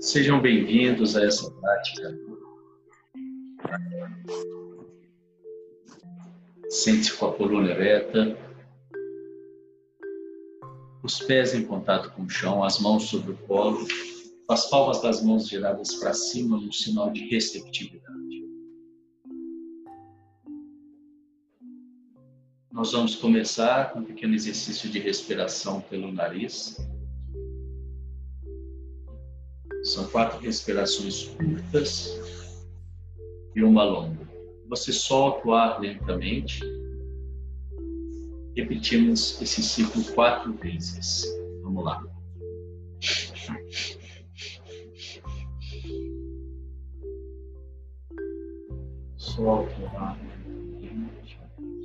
Sejam bem-vindos a essa prática. Sente-se com a coluna ereta, os pés em contato com o chão, as mãos sobre o colo, as palmas das mãos viradas para cima, num sinal de receptividade. Nós vamos começar com um pequeno exercício de respiração pelo nariz. São 4 respirações curtas e uma longa. Você solta o ar lentamente. Repetimos esse ciclo 4 vezes. Vamos lá. Solta o ar lentamente.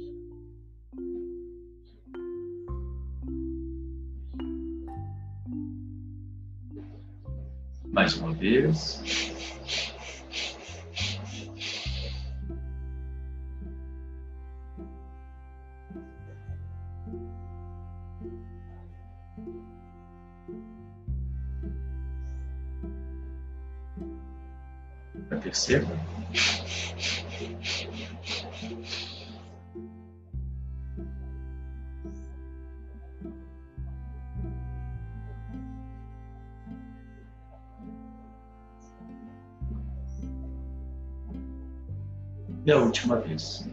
Mais uma vez. A terceira. E a última vez.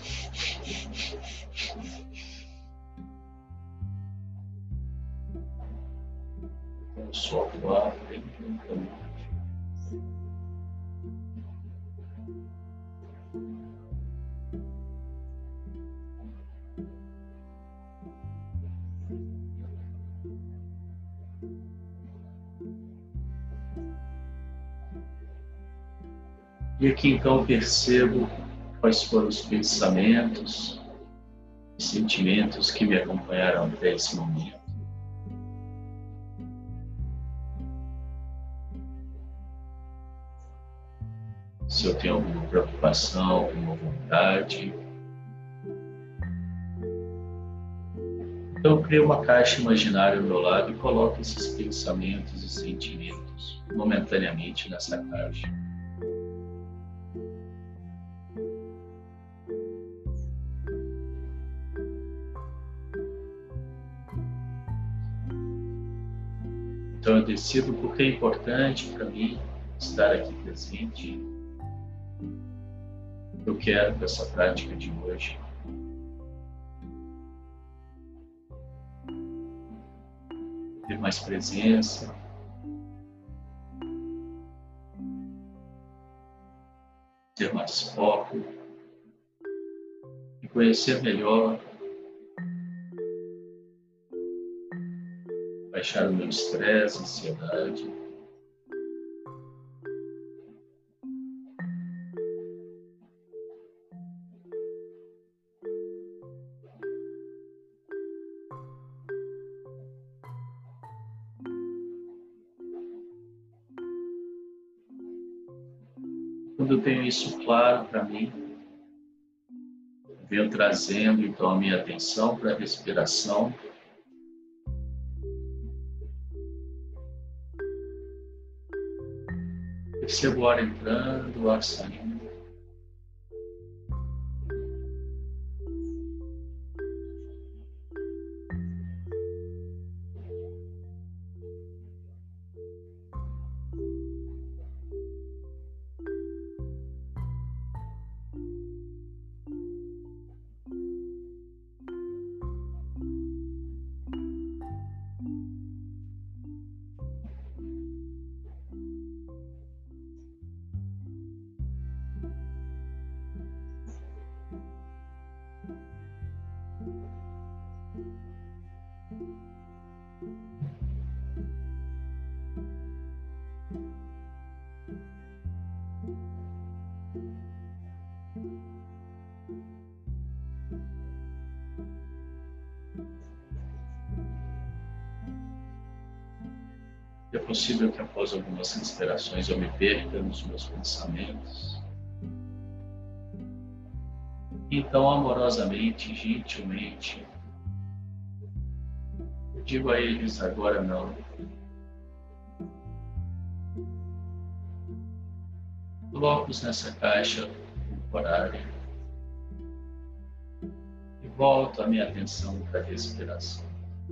Então, solta o ar bem lentamente. E aqui então percebo quais foram os pensamentos e sentimentos que me acompanharam até esse momento. Se eu tenho alguma preocupação, alguma vontade. Então eu crio uma caixa imaginária ao meu lado e coloco esses pensamentos e sentimentos momentaneamente nessa caixa. Então eu decido porque é importante para mim estar aqui presente. Eu quero com essa prática de hoje ter mais presença, ter mais foco e conhecer melhor, baixar o meu estresse, ansiedade. Quando eu tenho isso claro para mim, eu venho trazendo então a minha atenção para a respiração. Percebo o ar entrando, o ar saindo. É possível que após algumas respirações eu me perca nos meus pensamentos. Então, amorosamente, gentilmente, eu digo a eles agora não. coloco-os nessa caixa temporária e volto a minha atenção para a respiração.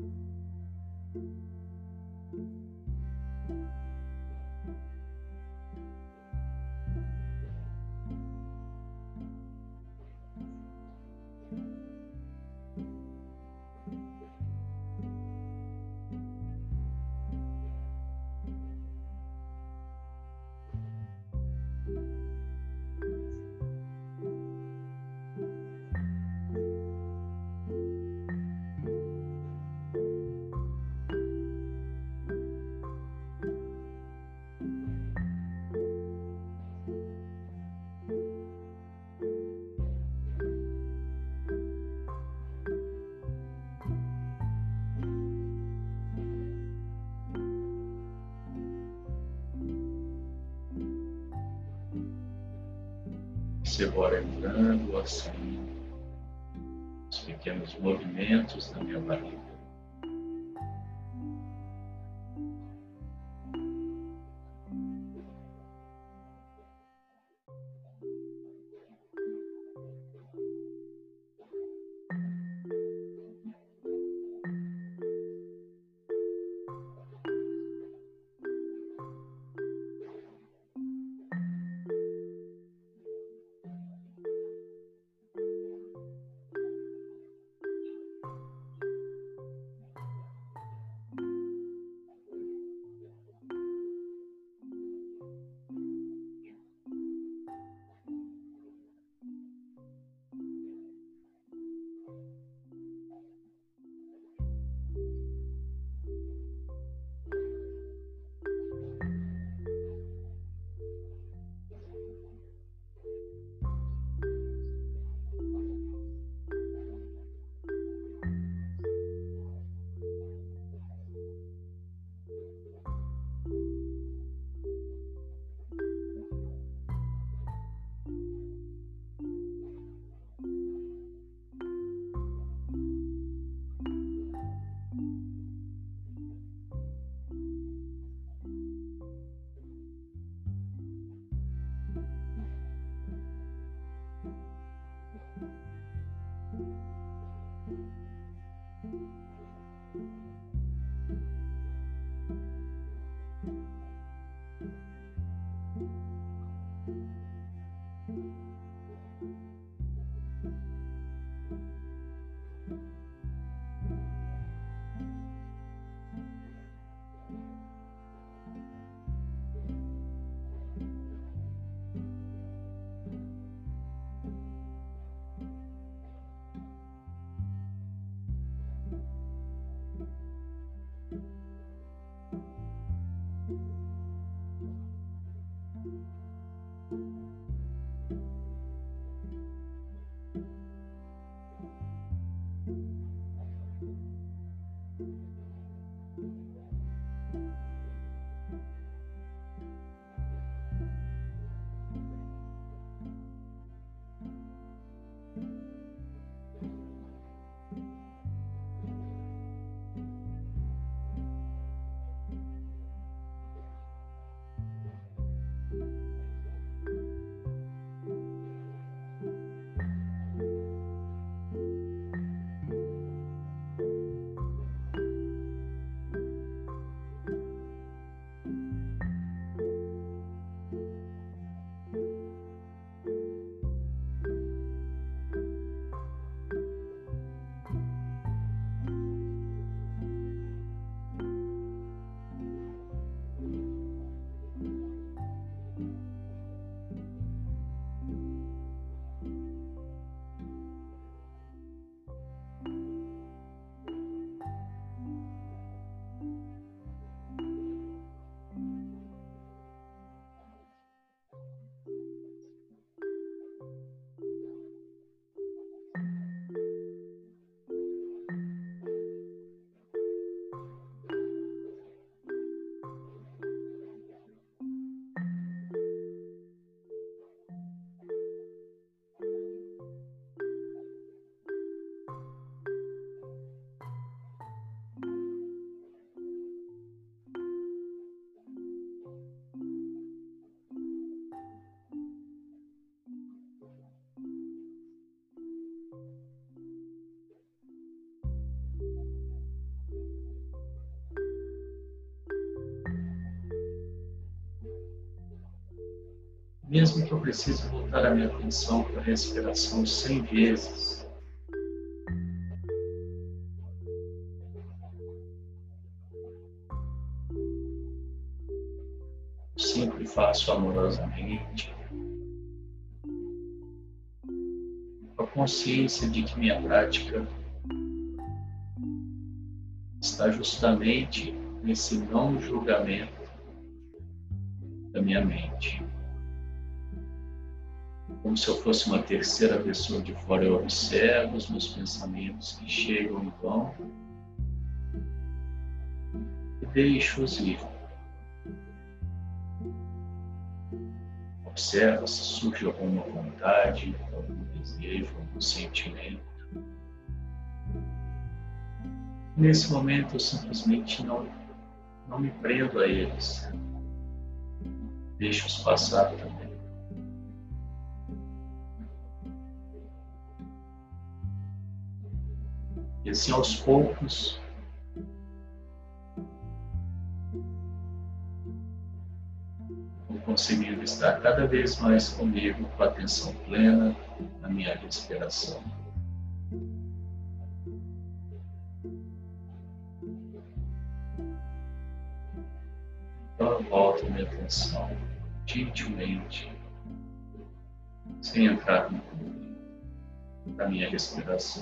Você vai entrando assim, os pequenos movimentos da minha barriga. Mesmo que eu precise voltar a minha atenção para a respiração 100 vezes, eu sempre faço amorosamente, com a consciência de que minha prática está justamente nesse não julgamento da minha mente. Como se eu fosse uma terceira pessoa de fora, eu observo os meus pensamentos que chegam e vão e deixo-os ir. Observa se surge alguma vontade, algum desejo, algum sentimento. Nesse momento eu simplesmente não me prendo a eles. Deixo-os passar também. E assim aos poucos, vou conseguindo estar cada vez mais comigo, com a atenção plena na minha respiração. Então eu volto a minha atenção gentilmente, sem entrar no conflito da minha respiração.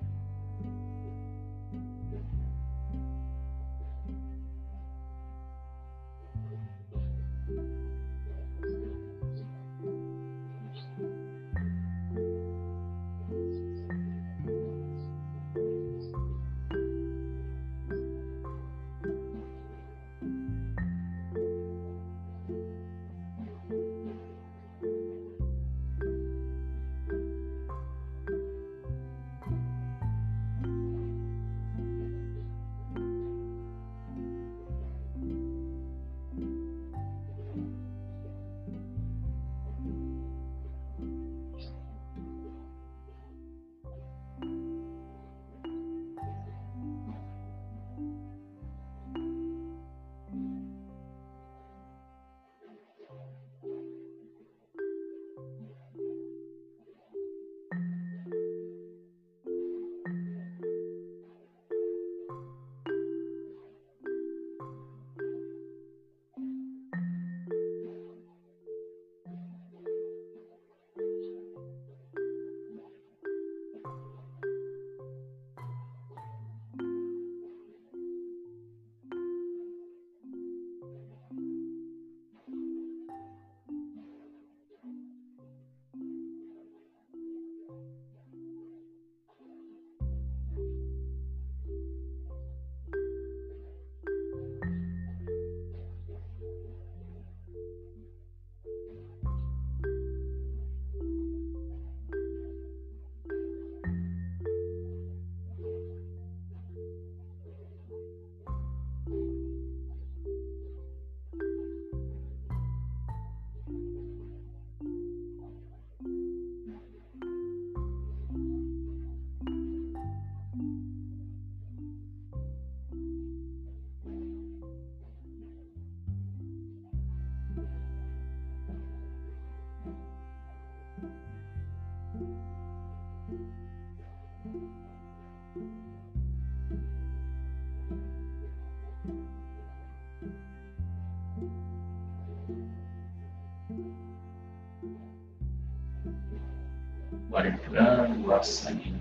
O ar entrando, o ar saindo.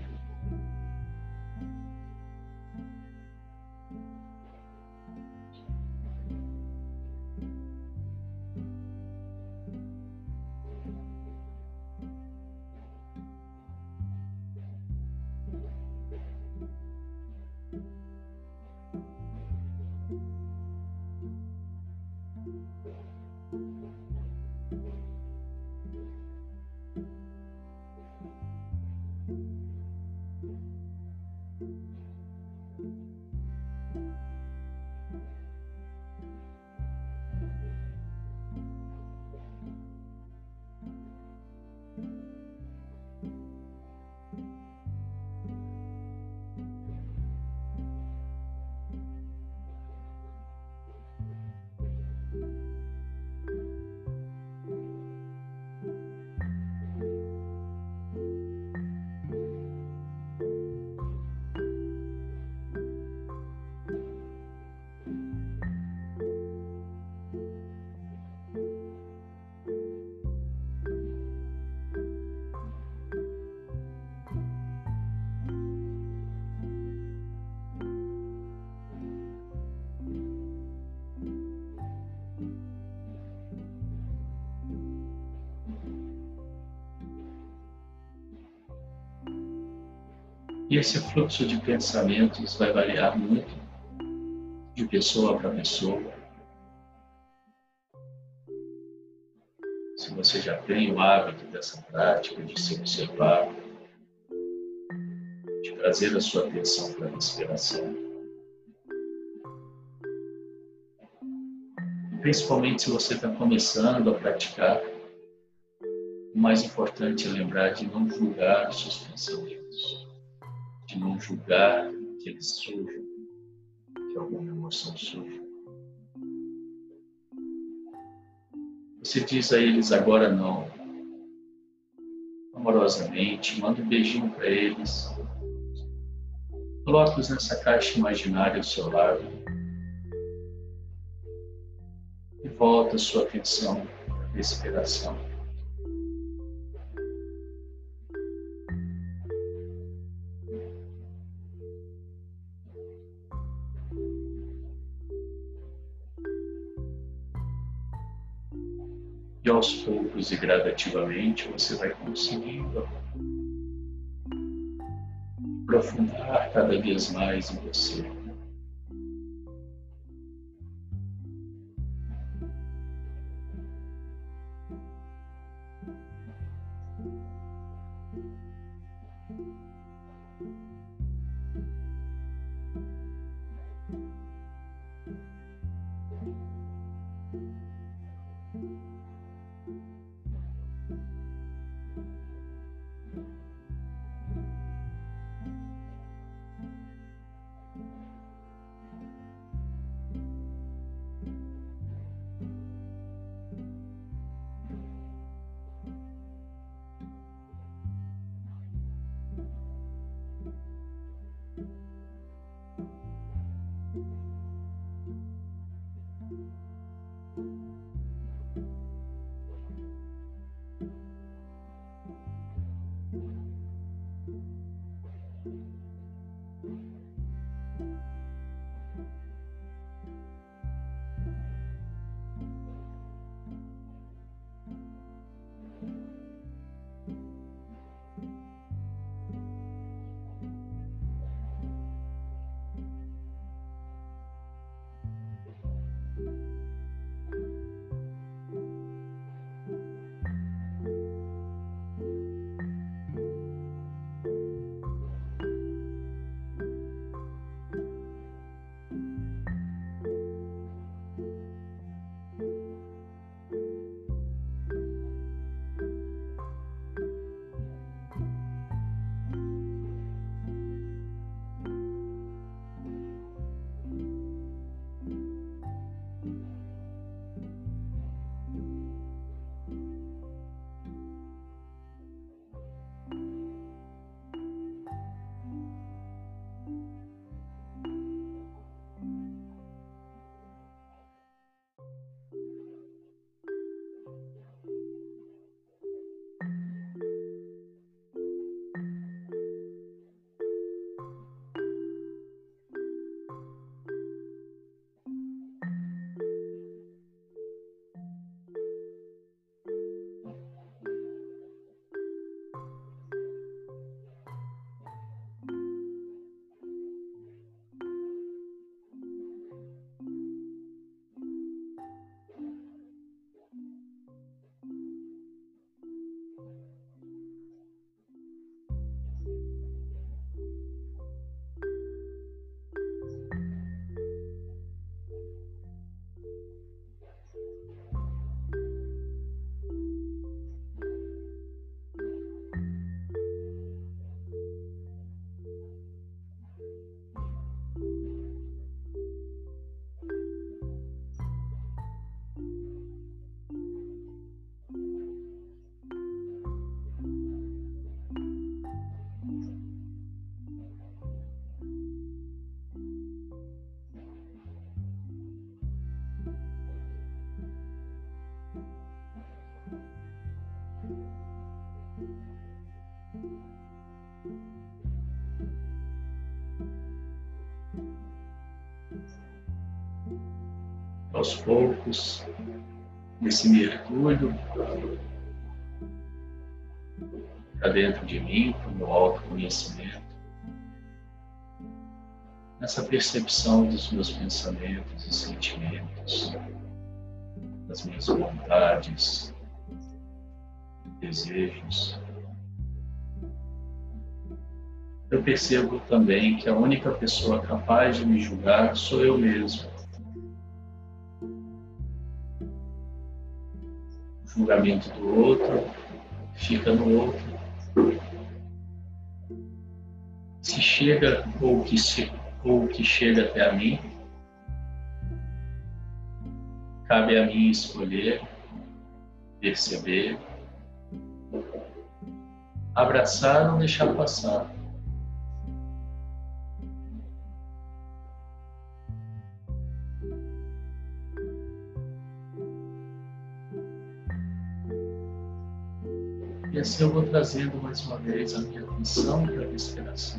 E esse fluxo de pensamentos vai variar muito de pessoa para pessoa. Se você já tem o hábito dessa prática de se observar, de trazer a sua atenção para a respiração, e principalmente se você está começando a praticar, o mais importante é lembrar de não julgar os seus pensamentos, de não julgar que eles surjam, que alguma emoção surja. Você diz a eles agora não, amorosamente, manda um beijinho para eles, coloque-os nessa caixa imaginária ao seu lado e volta a sua atenção à respiração. E aos poucos e gradativamente você vai conseguindo aprofundar cada vez mais em você. Aos poucos, nesse mergulho para dentro de mim, para o meu autoconhecimento, nessa percepção dos meus pensamentos e sentimentos, das minhas vontades, desejos. Eu percebo também que a única pessoa capaz de me julgar sou eu mesmo. O julgamento do outro fica no outro. Se chega ou que chega até a mim, cabe a mim escolher, perceber, abraçar ou deixar passar. E assim eu vou trazendo mais uma vez a minha atenção para a respiração.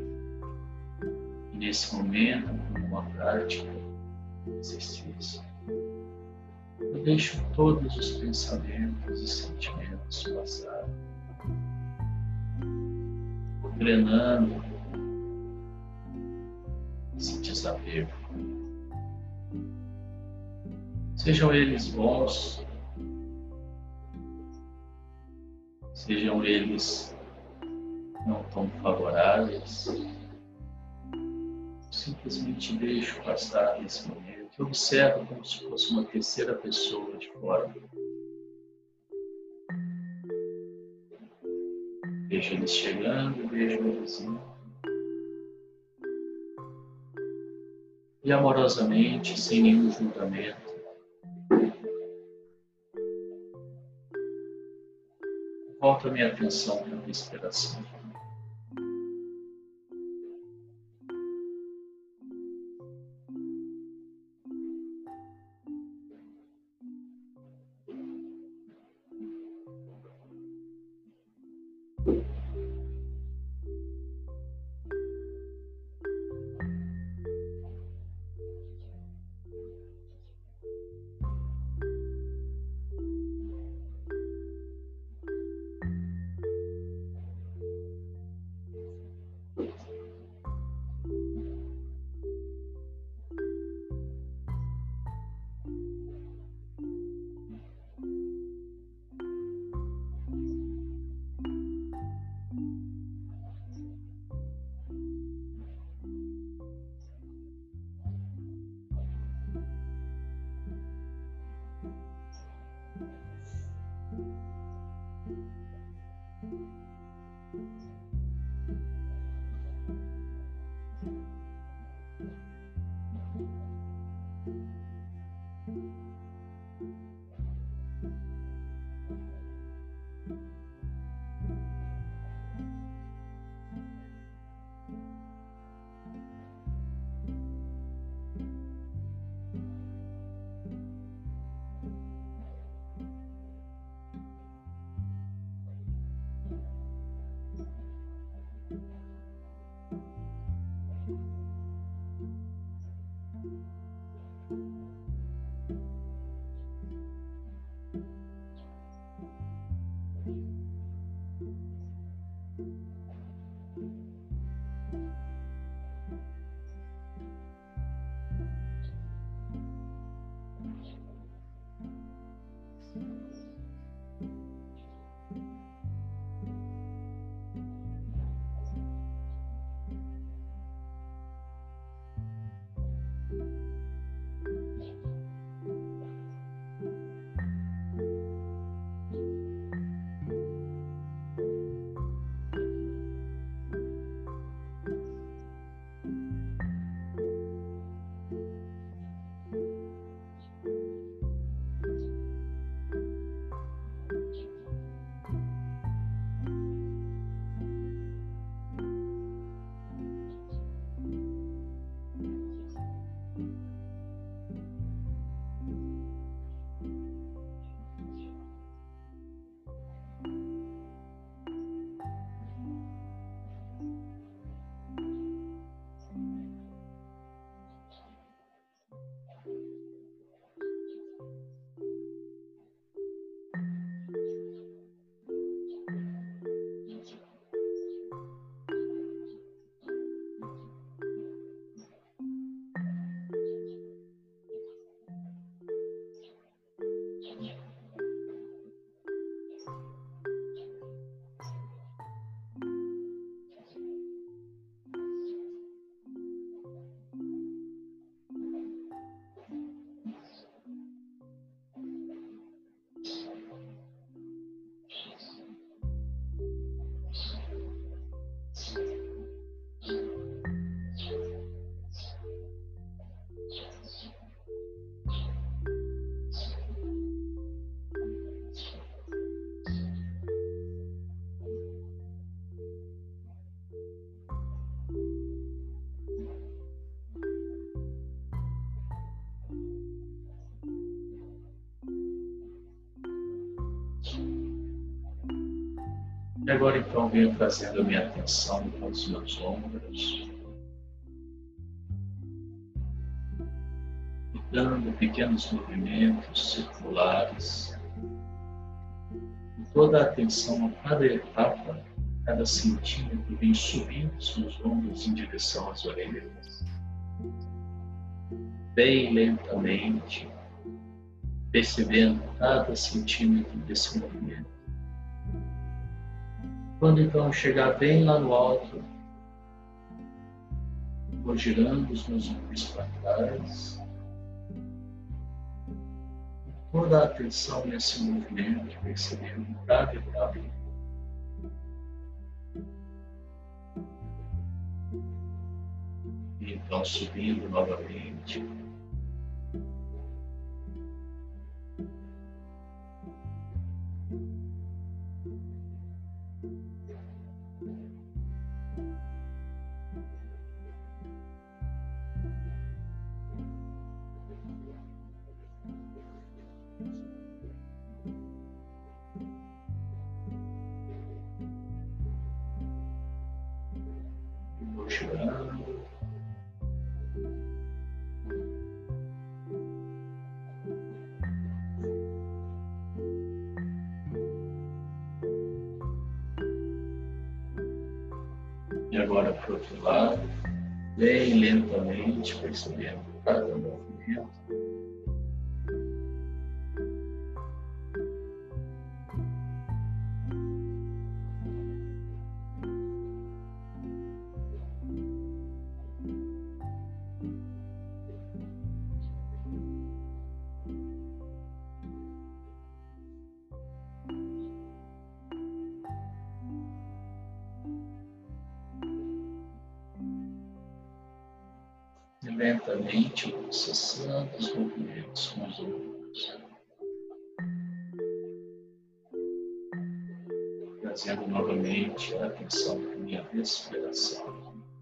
E nesse momento, como uma prática, um exercício, eu deixo todos os pensamentos e sentimentos passar, vou treinando esse desapego. Sejam eles bons, sejam eles não tão favoráveis, simplesmente deixo passar nesse momento e observo como se fosse uma terceira pessoa de fora. Vejo eles chegando, vejo eles indo. E amorosamente, sem nenhum julgamento, volto a minha atenção para a respiração. E agora então venho trazendo a minha atenção para os meus ombros, e dando pequenos movimentos circulares, e toda a atenção a cada etapa, cada centímetro vem subindo os meus ombros em direção às orelhas, bem lentamente, percebendo cada centímetro desse movimento. Quando então chegar bem lá no alto, vou girando os meus ombros para trás. Toda a atenção nesse movimento, percebendo cada etapa. E então subindo novamente. Vou girando. E agora para o outro lado, bem lentamente, percebendo cada movimento. E lentamente processando os movimentos com os ombros, trazendo novamente a atenção para a minha respiração.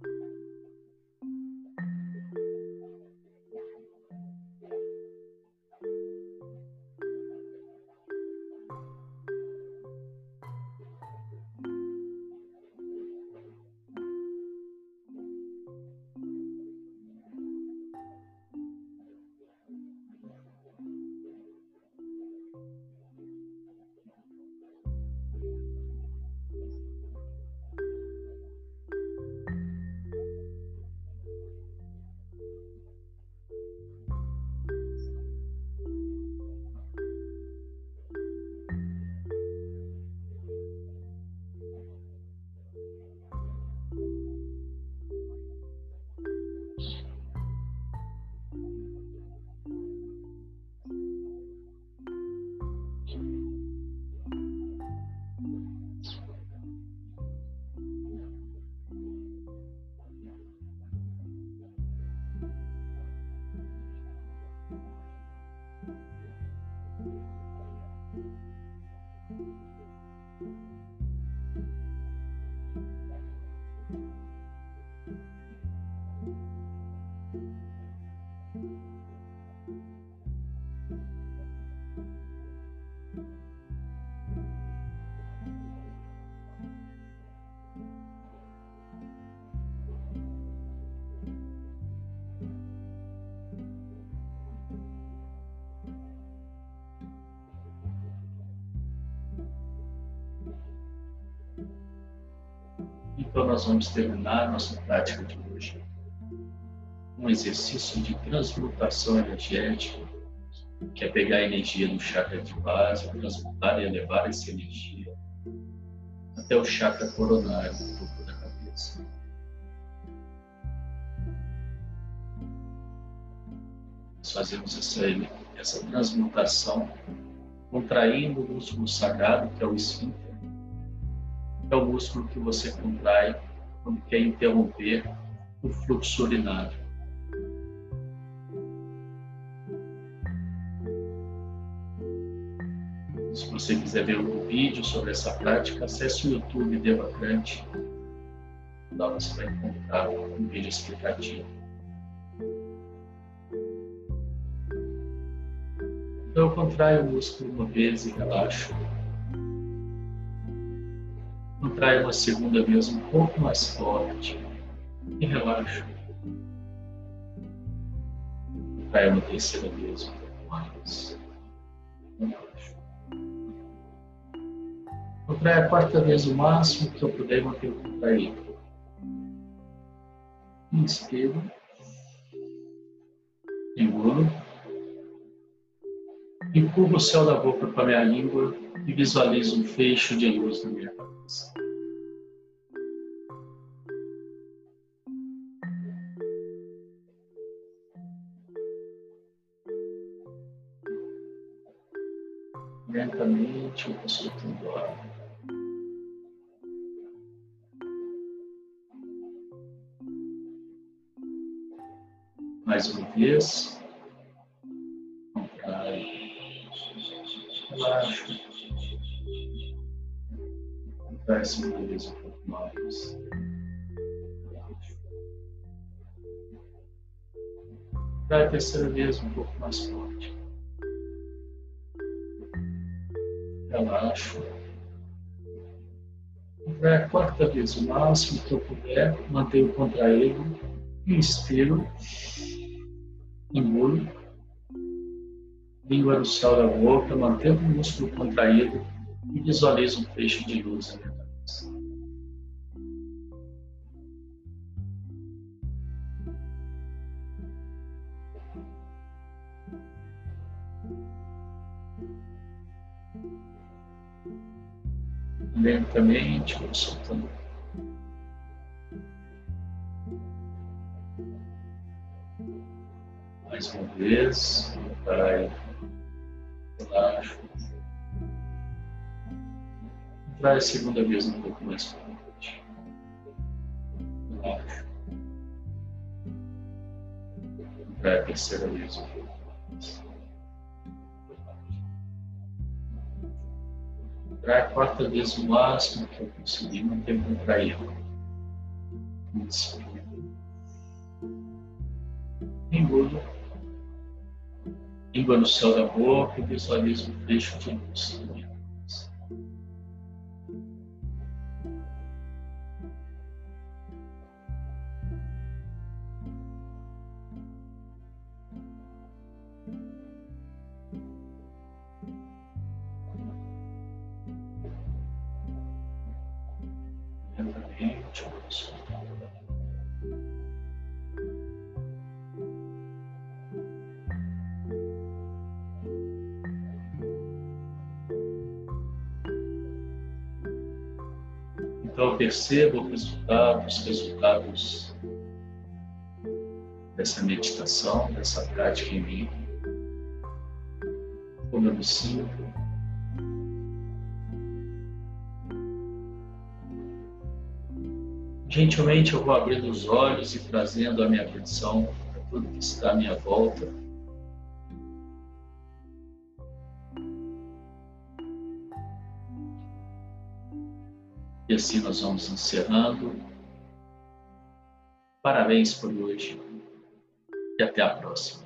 Então nós vamos terminar nossa prática de hoje. Um exercício de transmutação energética, que é pegar a energia do chakra de base, transmutar e elevar essa energia até o chakra coronário do topo da cabeça. Nós fazemos essa transmutação contraindo o músculo sagrado, que é o esfíncter, que é o músculo que você contrai quando quer interromper o fluxo urinário. Se você quiser ver um vídeo sobre essa prática, acesse o YouTube Devacrante. Lá você vai encontrar um vídeo explicativo. Então eu contraio o músculo uma vez e relaxo. Contrai uma segunda vez um pouco mais forte e relaxa. Contrai uma terceira vez um pouco mais. Relaxa. Contrai a quarta vez o máximo que eu puder manter o contraído. Inspiro. Engulo. Empurro o céu da boca com a minha língua e visualizo um feixe de luz na minha cabeça. Lentamente eu vou soltando o ar. Mais uma vez. Contrai. Relaxa. Contrai a segunda vez um pouco mais. Relaxa. Contrai a terceira vez um pouco mais forte. Relaxo. Contrai a quarta vez o máximo que eu puder, mantenho contraído. Inspiro. Engulo. Língua no céu da boca, mantendo o músculo contraído e visualizo um feixe de luz na minha cabeça. Lentamente vou soltando. Mais uma vez, contrai, relaxo. Contrai a segunda vez um pouco mais forte. Relaxo. Contrai a terceira vez um pouco mais. Contrai a quarta vez o máximo que eu conseguir manter contraído. Inspiro. Engulo. Língua no céu da boca e visualizo um feixe de luz na minha cabeça. Lentamente vou soltando. Então eu percebo os resultados dessa meditação, dessa prática em mim, como eu me sinto. Gentilmente eu vou abrindo os olhos e trazendo a minha atenção para tudo que está à minha volta. E assim nós vamos encerrando. Parabéns por hoje e até a próxima.